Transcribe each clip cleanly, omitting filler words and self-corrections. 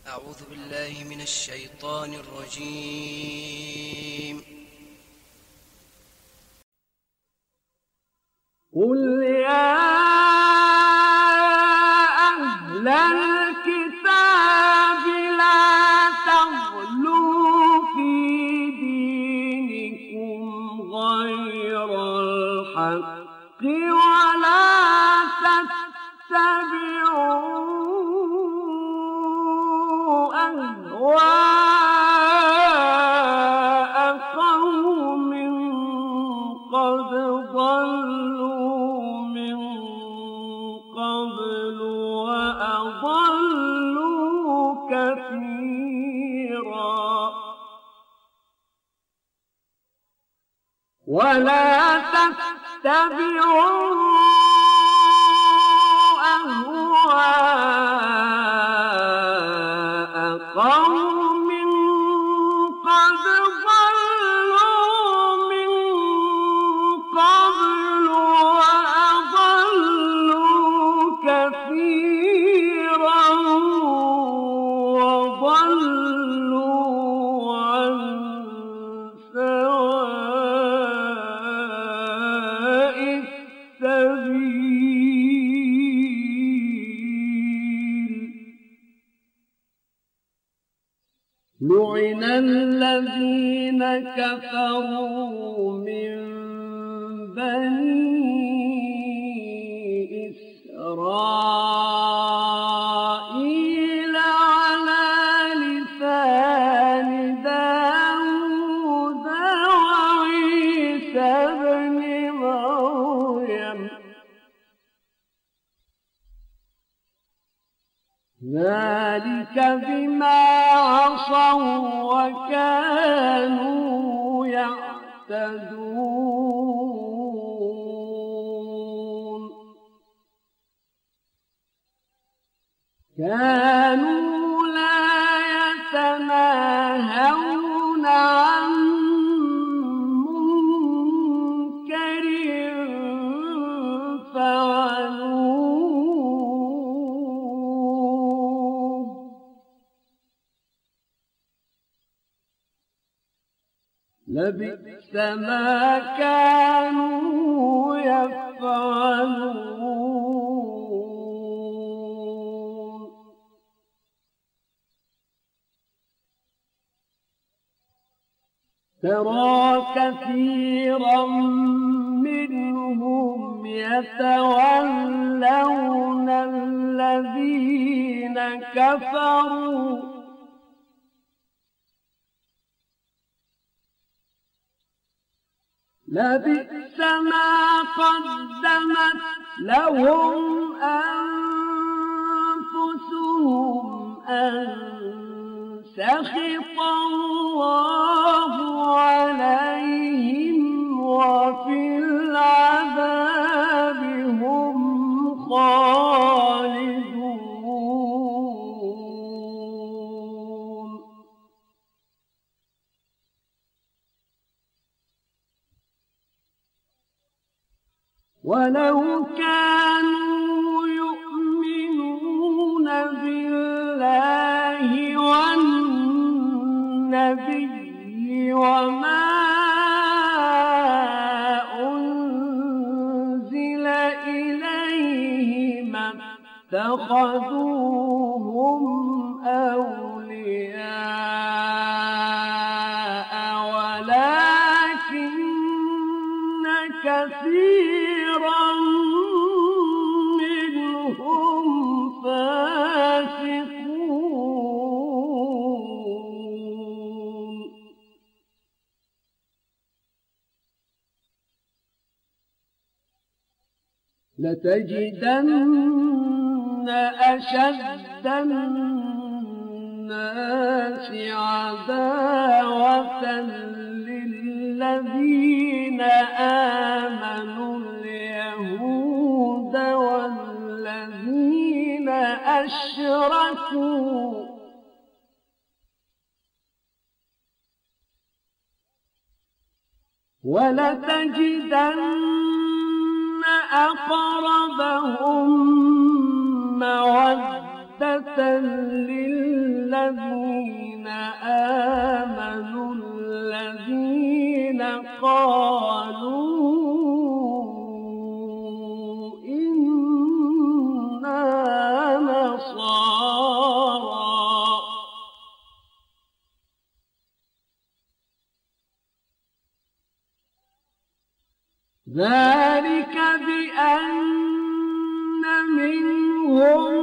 أعوذ بالله من الشيطان الرجيم. قل يا أهل الكتاب لا تغلوا في دينكم غير الحق ولا تتبعوا أهواء قوم قد ضلوا من قبل وأضلوا كثيرا ولا تتبعوا أهواء قوم قد ضلوا من قبل وأضلوا كثيرا وضلوا عن سواء السبيل. لعن الذين كفروا من بني إسرائيل على لسان داود وعيسى ابن مريم ذلك بما عصوا وكانوا يعتدون. كانوا لا يتناهون عن منكر فعلوه لبئس ما كانوا يفعلون. ترى كثيرا منهم يتولون الذين كفروا لبئس ما قدمت لهم أنفسهم أن سخط الله عليهم وفي العذاب هم خالدون. ولو كانوا يؤمنون بالله والنبي وما أنزل إليه ما اتخذوهم أولياء ولكن كثيرا منهم فاسقون. لتجدن أشد الناس عداوة للذين آمنوا اليهود والذين أشركوا ولتجدن أقربهم مودة مودة للذين آمنوا الذين قالوا إنا نصارى ذلك بأن منهم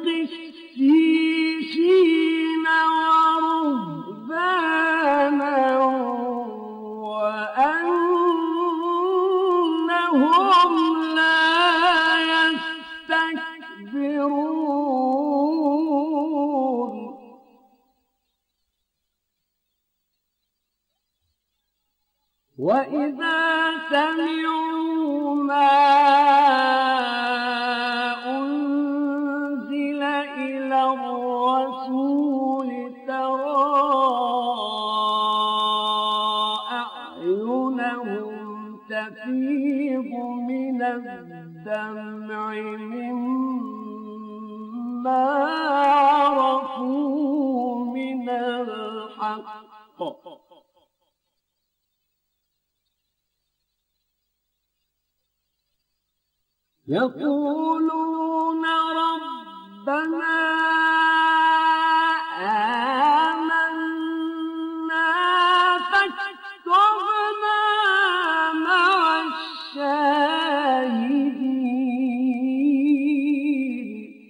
قسيسين ورهبانا وأنهم لا يستكبرون وإذا سمعوا ما أنزل إلى الرسول ترى أعينهم تفيض من الدمع مما عرفوا من الحق يقولون ربنا آمنا فاكتبنا مع الشاهدين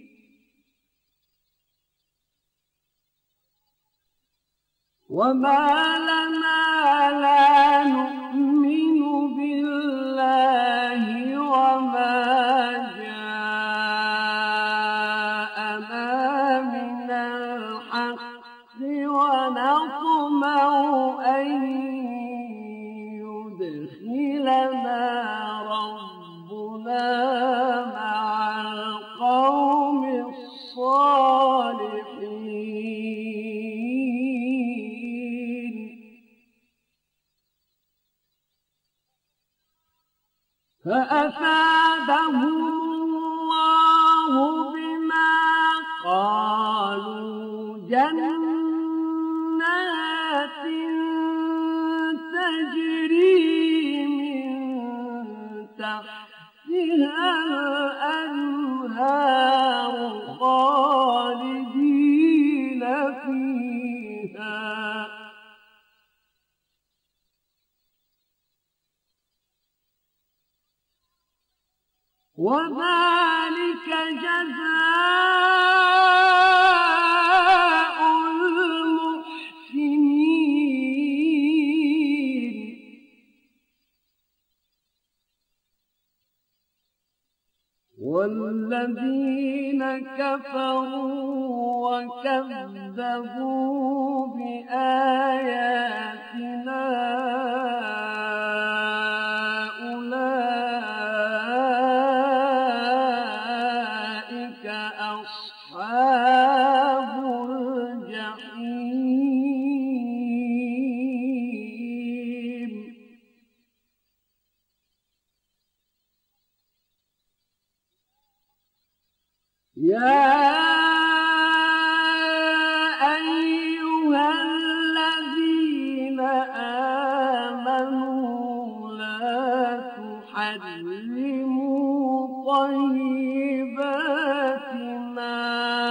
وما لنا لا نؤمن بالله وما جاءنا من الحق ونطمع أن يدخلنا ربنا مع القوم الصالحين فأثابهم الله بما قالوا جنات تجري من تحتها الأنهار خالدين فيها وذلك جزاء المحسنين والذين كفروا وكذبوا بآياتنا أصحاب الجحيم يا أيها الذين آمنوا لا تحرموا طيبات ما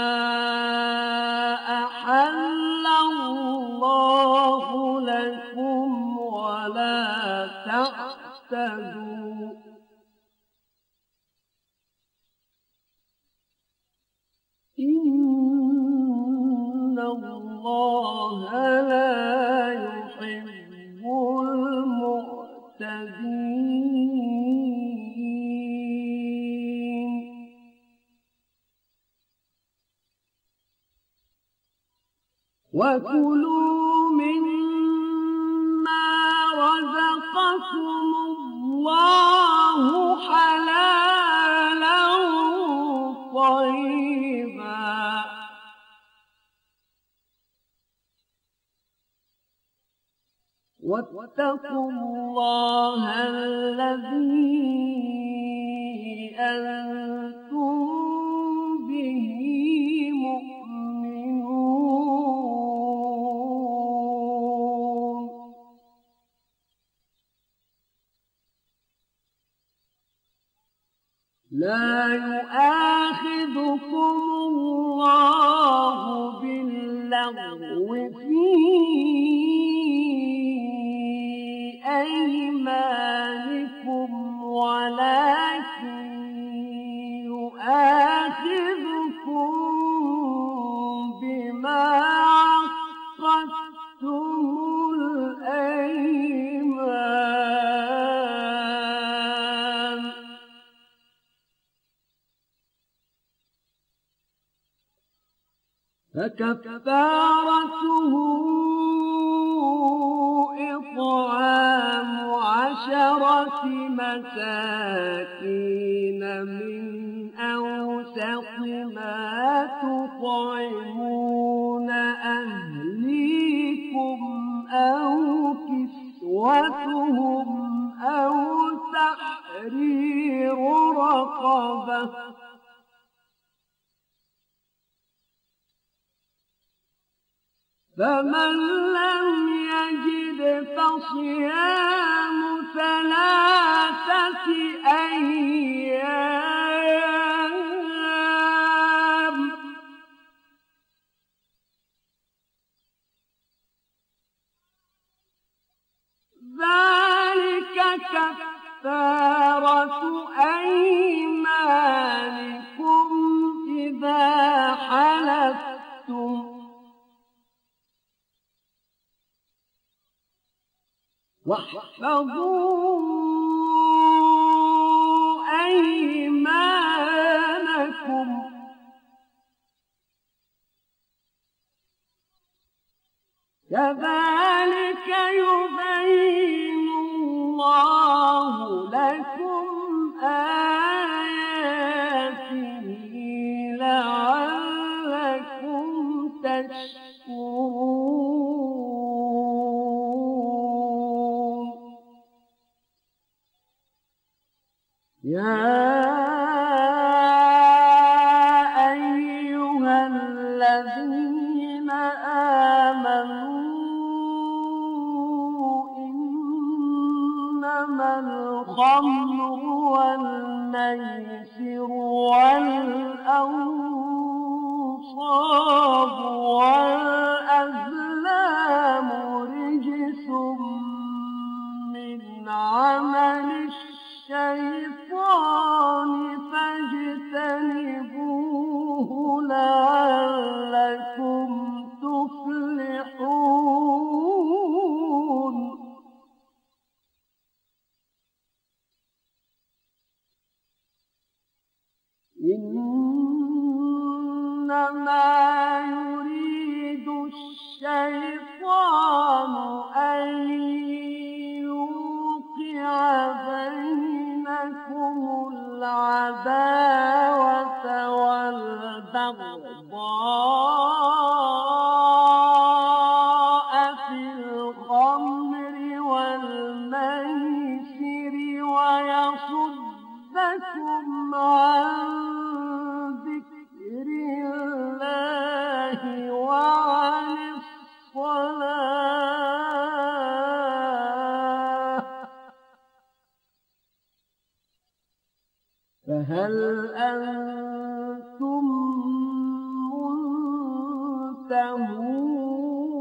أحل الله لكم ولا تعتدوا إن الله لا يحب المعتدين وكلوا مما رزقكم الله حلالا طيبا واتقوا الله الذي أنتم به لا يؤاخذكم الله باللغو في أيمانكم ولكن يؤاخذكم بما عقدتم الأيمان فكفارته إطعام 10 مساكين من أوسط ما تطعمون أهليكم أو كسوتهم أو تحرير رقبة فمن لم يجد فصيام 3 أيام ذلك كفارة أيمانكم إذا حلفتم واحفظوا أيمانكم كذلك يبين الله لكم آياته لعلكم تشكرون يا أيها الذين آمنوا إنما الخمر والميسر والأنصاب والأزلام رجس من عمل الشيطان فاجتنبوه لعلكم تفلحون إنما يريد الشيطان أن يوقع بينكم العداوة والبغضاء في الخمر والميسر ويصدكم عن ذكر الله وعن الصلاة فهل أنتم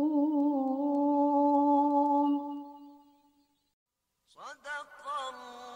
منتهون؟ صدق الله.